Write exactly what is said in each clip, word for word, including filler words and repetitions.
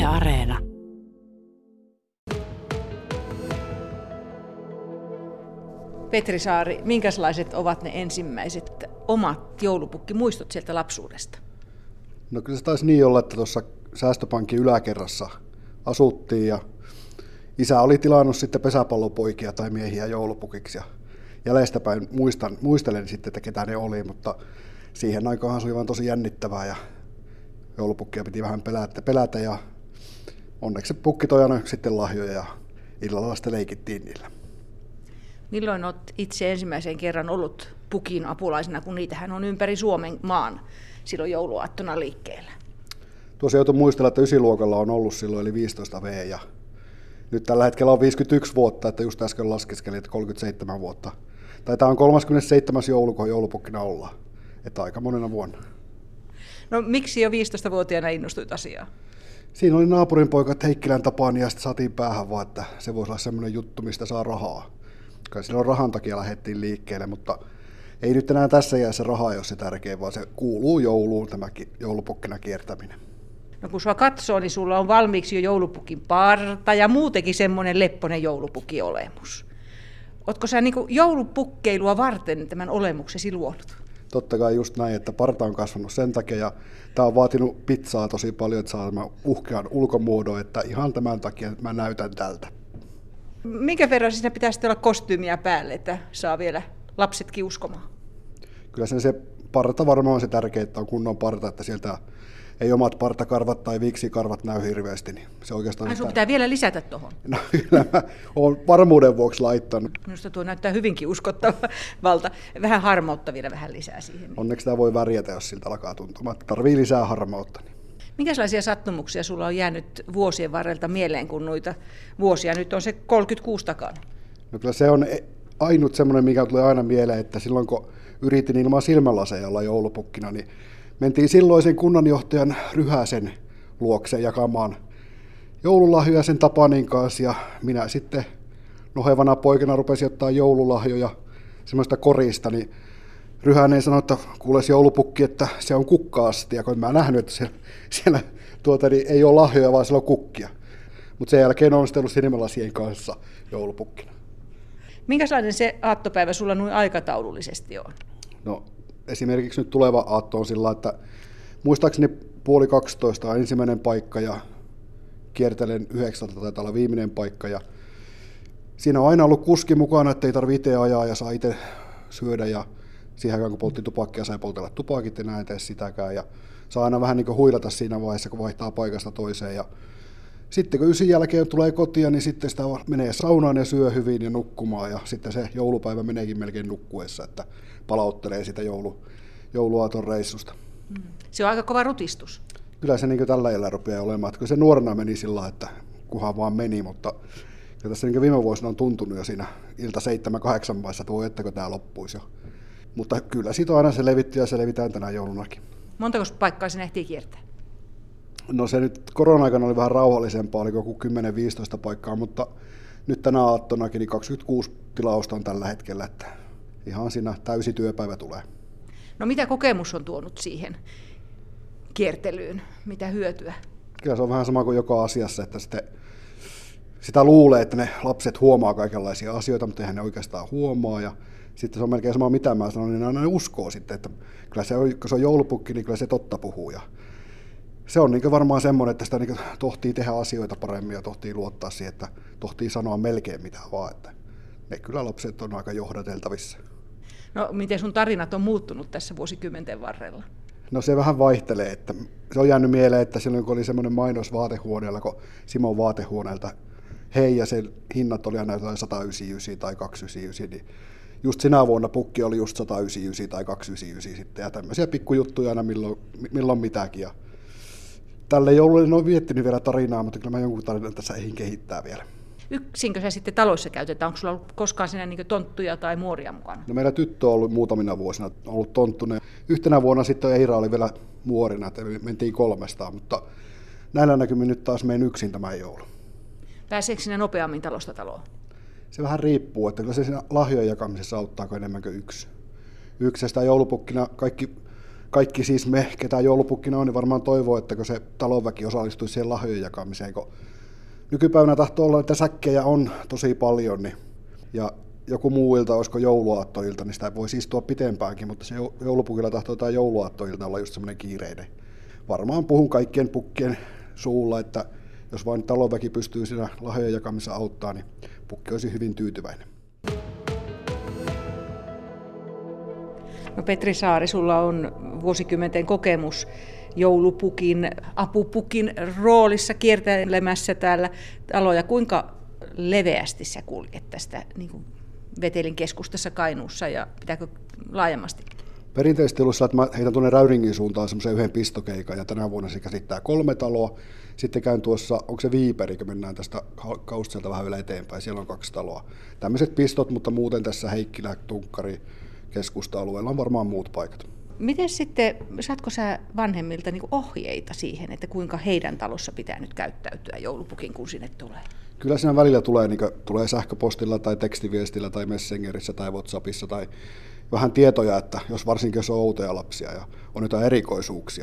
Areena. Petri Saari, minkälaiset ovat ne ensimmäiset omat joulupukkimuistot sieltä lapsuudesta? No kyllä se taisi niin olla, että tuossa säästöpankin yläkerrassa asuttiin ja isä oli tilannut sitten pesäpallopoikia tai miehiä joulupukiksi ja jäljestäpäin muistan, muistelen sitten, että ketä ne oli, mutta siihen aikaan se oli vaan tosi jännittävää ja joulupukkia piti vähän pelätä, pelätä ja onneksi se pukki toi aina sitten lahjoja ja illalla sitten leikittiin niillä. Milloin olet itse ensimmäisen kerran ollut pukin apulaisena, kun niitähän on ympäri Suomen maan silloin jouluaattona liikkeellä? Tuossa joutui muistella, että ysiluokalla on ollut silloin, eli viisitoista vuotta ja nyt tällä hetkellä on viisikymmentäyksi vuotta, että just äsken laskeskelin, että kolmekymmentäseitsemän vuotta. Tai tämä on kolmaskymmenesseitsemäs joulu, kun joulupukkina ollaan, että aika monena vuonna. No miksi jo viisitoistavuotiaana innostuit asiaa? Siinä oli naapurin poika Heikkilän Tapani ja sitten saatiin päähän vaan, että se voisi olla semmoinen juttu, mistä saa rahaa. Kai silloin rahan takia lähdettiin liikkeelle, mutta ei nyt enää tässä iässä rahaa, jos se tärkeä, vaan se kuuluu jouluun tämäkin joulupukkina kiertäminen. No kun sua katsoo, niin sulla on valmiiksi jo joulupukin parta ja muutenkin semmoinen lepponen joulupukki-olemus. Ootko sä niin kuin joulupukkeilua varten tämän olemuksesi luonut? Totta kai just näin, että parta on kasvanut sen takia ja tämä on vaatinut pizzaa tosi paljon, että saa tämän uhkean ulkomuodon, että ihan tämän takia, että mä näytän tältä. Minkä verran siinä pitäisi olla kostyymiä päälle, että saa vielä lapsetkin uskomaan? Kyllä sen se parta varmaan on se tärkeä, että on kunnon parta, että sieltä ei omat partakarvat tai viiksikarvat näy hirveästi. Niin se oikeastaan Ai sun pitää vielä lisätä tuohon? No kyllä mä oon varmuuden vuoksi laittanut. Minusta tuo näyttää hyvinkin uskottavalta. Vähän harmautta vielä vähän lisää siihen. Onneksi tämä voi värjätä, jos siltä alkaa tuntumaan. Tarvii lisää harmautta. Niin. Minkälaisia sattumuksia sulla on jäänyt vuosien varrelta mieleen, kun noita vuosia nyt on se kolmekymmentäkuusi takana? No kyllä se on ainut semmoinen, mikä tulee aina mieleen, että silloin kun yritin ilman silmälaseja olla joulupukkina, niin mentiin silloisen kunnanjohtajan Ryhäsen luokse jakamaan joululahjoja sen Tapanin kanssa ja minä sitten nohevana poikana rupesin ottaa joululahjoja semmoista korista, niin Ryhänen sanoi, että kuules joulupukki, että se on kukka-astia, kun mä nähnyt, että siellä, siellä tuota, niin ei ole lahjoja, vaan siellä on kukkia. Mutta sen jälkeen on sitten ollut silmälasien kanssa joulupukkina. Minkälainen se aattopäivä sulla noin aikataulullisesti on? No esimerkiksi nyt tuleva aatto on sillä, että muistaakseni puoli kaksitoista on ensimmäinen paikka ja kiertelen yhdeksältä taitaa olla viimeinen paikka. Ja siinä on aina ollut kuski mukana, että ei tarvitse itse ajaa ja saa itse syödä ja siihen aikaan kun poltti tupakkia, sai poltella tupakit ja näin tee sitäkään. Ja saa aina vähän niin kuin huilata siinä vaiheessa, kun vaihtaa paikasta toiseen. Ja sitten kun ysin jälkeen tulee kotia, niin sitten sitä menee saunaan ja syö hyvin ja nukkumaan. Ja sitten se joulupäivä meneekin melkein nukkuessa, että palauttelee sitä joulu, jouluaaton reissusta. Se on aika kova rutistus. Kyllä se niin tällä iällä rupeaa olemaan. Että kyllä se nuorena meni sillä, että kuhan vaan meni, mutta kyllä tässä niin viime vuosina on tuntunut jo siinä ilta seitsemän kahdeksan maissa, että voi ettäkö tämä loppuisi jo. Mutta kyllä siitä on aina se levitti ja se levitään tänä joulunakin. Montako paikkaa sinne ehtii kiertää? No se nyt korona-aikana oli vähän rauhallisempaa, oli joku kymmenen viisitoista paikkaa, mutta nyt tänä aattonakin niin kaksikymmentäkuusi tilausta on tällä hetkellä, että ihan siinä täysi työpäivä tulee. No mitä kokemus on tuonut siihen kiertelyyn? Mitä hyötyä? Kyllä se on vähän sama kuin joka asiassa, että sitten sitä luulee, että ne lapset huomaa kaikenlaisia asioita, mutta eihän ne oikeastaan huomaa. Ja sitten se on melkein sama mitä mä sanon, niin aina ne uskoo sitten, että kyllä se, kun se on joulupukki, niin kyllä se totta puhuu. Ja se on niin varmaan semmoinen, että sitä niin tohtii tehdä asioita paremmin ja tohtii luottaa siihen, että tohtii sanoa melkein mitä vaan. Että ne kyllä lapset on aika johdateltavissa. No miten sun tarinat on muuttunut tässä vuosikymmenten varrella? No se vähän vaihtelee. Että se on jäänyt mieleen, että silloin kun oli semmoinen mainos vaatehuoneella, kun Simon vaatehuoneelta hei ja sen hinnat oli aina jotain sata yhdeksänkymmentäyhdeksän tai kaksisataayhdeksänkymmentäyhdeksän, niin just sinä vuonna pukki oli just sata yhdeksänkymmentäyhdeksän tai kaksisataayhdeksänkymmentäyhdeksän sitten ja tämmöisiä pikkujuttuja aina milloin, milloin mitäkin. Ja tälle joululle en ole viettinyt vielä tarinaa, mutta kyllä mä jonkun tarinan tässä eihin kehittää vielä. Yksinkö sä sitten taloissa käytetään? Onko sulla ollut koskaan siinä niin tonttuja tai muoria mukana? No meillä tyttö on ollut muutamina vuosina ollut tonttuna. Yhtenä vuonna sitten Eira oli vielä muorina, että mentiin kolmestaan, mutta näillä näkymin nyt taas menen yksin tämän joulu. Pääseekö sinne nopeammin talosta taloon? Se vähän riippuu, että kyllä se siinä lahjojen jakamisessa auttaa enemmän kuin yksi. Yksi sitä joulupukkina kaikki kaikki siis me, ketä joulupukkina on, niin varmaan toivoo, että kun se talonväki osallistuisi siihen lahjojen jakamiseen, kun nykypäivänä tahtoo olla, että säkkejä on tosi paljon, niin, ja joku muu ilta, olisiko jouluaattoilta, niin sitä voisi istua pitempäänkin, mutta se joulupukilla tahtoo tämä jouluaattoilta olla just semmoinen kiireinen. Varmaan puhun kaikkien pukkien suulla, että jos vain talonväki pystyy siinä lahjojen jakamisessa auttaa, niin pukki olisi hyvin tyytyväinen. No Petri Saari, sulla on vuosikymmenten kokemus joulupukin, apupukin roolissa kiertelemässä täällä taloja. Kuinka leveästi sä kuljet tästä niin kuin Vetelin keskustassa Kainuussa ja pitääkö laajemmasti? Perinteisesti ollut että mä heitän tuonne Räyringin suuntaan semmoisen yhden pistokeikan ja tänä vuonna se käsittää kolme taloa. Sitten käyn tuossa, onko se Viiperi, kun mennään tästä Kaustelta vähän vielä eteenpäin, siellä on kaksi taloa. Tämmöiset pistot, mutta muuten tässä Heikkilä, Tunkkari, keskusta-alueella on varmaan muut paikat. Miten sitten, saatko sä vanhemmilta niin kuin ohjeita siihen, että kuinka heidän talossa pitää nyt käyttäytyä joulupukin, kun sinne tulee? Kyllä siinä välillä tulee, niin kuin, tulee sähköpostilla tai tekstiviestillä tai Messengerissä tai WhatsAppissa tai vähän tietoja, että jos varsinkin jos on outoja lapsia ja on jotain erikoisuuksia.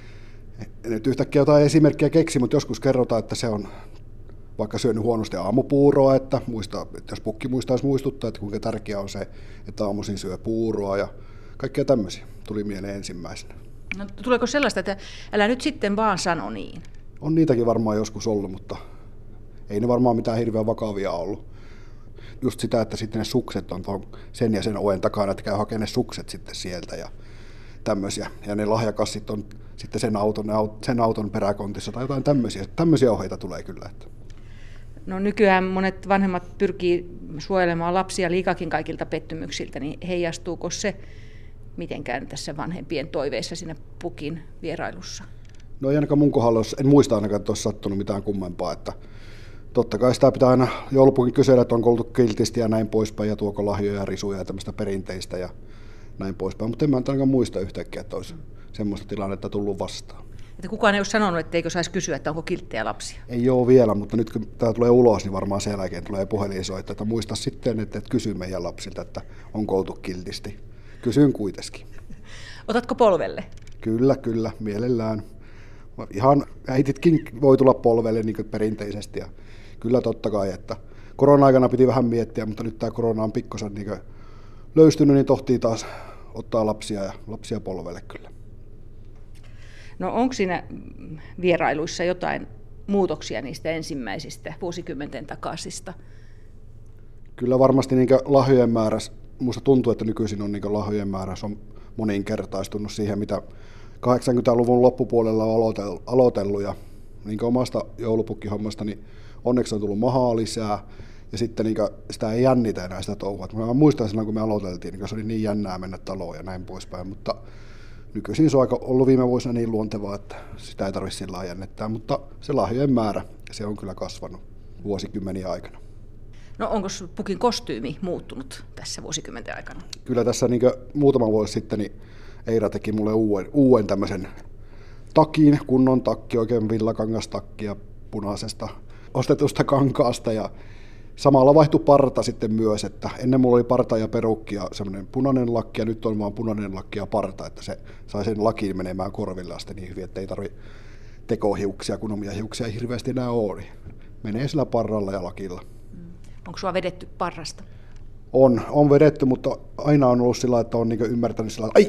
En nyt yhtäkkiä jotain esimerkkiä keksi, mutta joskus kerrotaan, että se on vaikka syönyt huonosti aamupuuroa, että, muista, että jos pukki muistaisi muistuttaa, että kuinka tärkeää on se, että aamuisin syö puuroa ja kaikkea tämmöisiä tuli mieleen ensimmäisenä. No, tuleeko sellaista, että älä nyt sitten vaan sano niin? On niitäkin varmaan joskus ollut, mutta ei ne varmaan mitään hirveän vakavia ollut. Just sitä, että sitten ne sukset on sen ja sen oven takana, että käy hakemaan ne sukset sitten sieltä ja tämmöisiä. Ja ne lahjakassit on sitten sen auton, sen auton peräkontissa tai jotain tämmöisiä. Tämmöisiä ohjeita tulee kyllä. Että. No nykyään monet vanhemmat pyrkii suojelemaan lapsia liikakin kaikilta pettymyksiltä, niin heijastuuko se mitenkään tässä vanhempien toiveissa siinä pukin vierailussa? No ei ainakaan mun kohdalla, en muista ainakaan, että olisi sattunut mitään kummempaa. Että totta kai sitä pitää aina joulupukin kysellä, että onko oltu kiltisti ja näin poispäin, ja tuoko lahjoja ja risuja ja tämmöistä perinteistä ja näin poispäin. Mutta en mä ainakaan muista yhtäkkiä, että olisi semmoista tilannetta tullut vastaan. Että kukaan ei ole sanonut, etteikö saisi kysyä, että onko kilttejä lapsia? Ei ole vielä, mutta nyt kun tämä tulee ulos, niin varmaan sen jälkeen tulee puhelinsoitto, että muista sitten, että et kysy meidän lapsilta, että onko oltu kiltisti. Kysyn kuitenkin. Otatko polvelle? Kyllä, kyllä, mielellään. Ihan äititkin voi tulla polvelle niin kuin perinteisesti. Ja kyllä totta kai, että korona-aikana piti vähän miettiä, mutta nyt tämä korona on pikkusen niin löystynyt, niin tohtii taas ottaa lapsia ja lapsia polvelle kyllä. No onko siinä vierailuissa jotain muutoksia niistä ensimmäisistä vuosikymmenten takaisista? Kyllä varmasti niin lahjojen määrä, minusta tuntuu, että nykyisin on niin lahjojen määrä on moninkertaistunut siihen, mitä kahdeksankymmentäluvun loppupuolella on aloitellut. Ja niin omasta joulupukkihommasta, niin onneksi on tullut mahaa lisää. Ja sitten niin sitä ei jännitä enää sitä touhua. Mä muistan silloin, kun me aloiteltiin, niin se oli niin jännää mennä taloon ja näin poispäin. Mutta nykyisin se on aika ollut viime vuosina niin luontevaa, että sitä ei tarvitse sillä lailla jännittää. Mutta se lahjojen määrä, se on kyllä kasvanut vuosikymmeniä aikana. No onko pukin kostyymi muuttunut tässä vuosikymmenten aikana? Kyllä tässä niin muutama vuosi sitten niin Eira teki mulle uuden, uuden tämmöisen takin, kunnon takki, oikein villakangastakki ja punaisesta ostetusta kankaasta. Ja samalla vaihtui parta sitten myös, että ennen mulla oli parta ja perukki ja semmoinen punainen lakki ja nyt on vaan punainen lakki ja parta, että se sai sen lakiin menemään korville asti niin hyvin, että ei tarvitse tekohiuksia, kun omia hiuksia ei hirveästi enää ole. Menee sillä parralla ja lakilla. Onko sua vedetty parrasta? On, on vedetty, mutta aina on ollut sillä, että on niin ymmärtänyt sillä, ai,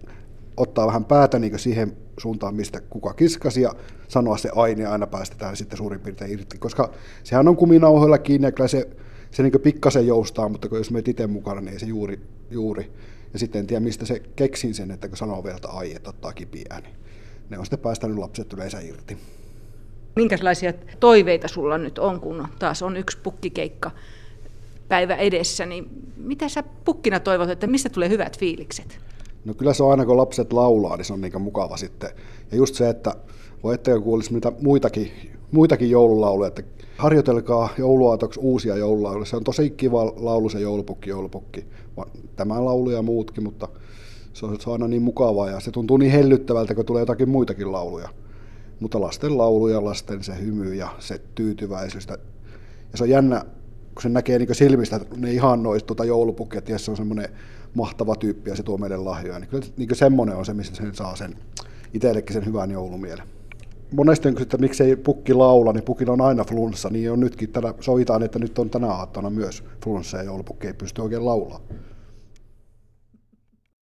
ottaa vähän päätä niin siihen suuntaan, mistä kuka kiskasi ja sanoa se aine ja aina päästetään sitten suurin piirtein irti, koska sehän on kuminauhoilla kiinni ja kyllä se, se niin pikkasen joustaa, mutta jos menet itse mukana, niin ei se juuri, juuri. Ja sitten en tiedä, mistä se keksin sen, että kun sanoo vielä, että ai, että ottaa kipiää, niin ne on sitten päästänyt lapset yleensä irti. Minkälaisia toiveita sulla nyt on, kun taas on yksi pukkikeikka päivä edessä, niin mitä sä pukkina toivot, että mistä tulee hyvät fiilikset? No kyllä se on aina, kun lapset laulaa, niin se on niin mukava sitten. Ja just se, että voi etteikö kuulisi mitä muitakin, muitakin joululauluja, että harjoitelkaa jouluaatoksi uusia joululauluja. Se on tosi kiva laulu se joulupukki, joulupukki. Tämä laulu ja muutkin, mutta se on, se on aina niin mukavaa ja se tuntuu niin hellyttävältä, kun tulee jotakin muitakin lauluja. Mutta lasten laulu ja lasten se hymy ja se tyytyväisyys. Ja se on jännä, kun se näkee niin silmistä, että ne ihannoisi tuota joulupukkia, että se on semmoinen mahtava tyyppi ja se tuo meille lahjoja. Niin kyllä niin semmoinen on se, missä sen saa sen itsellekin sen hyvän joulumielen. Monesti on kysytty, että miksei pukki laula, niin pukilla on aina flunssa, niin on nytkin. Tänä, sovitaan, että nyt on tänä aattona myös flunssa ja joulupukki ei pysty oikein laulaa.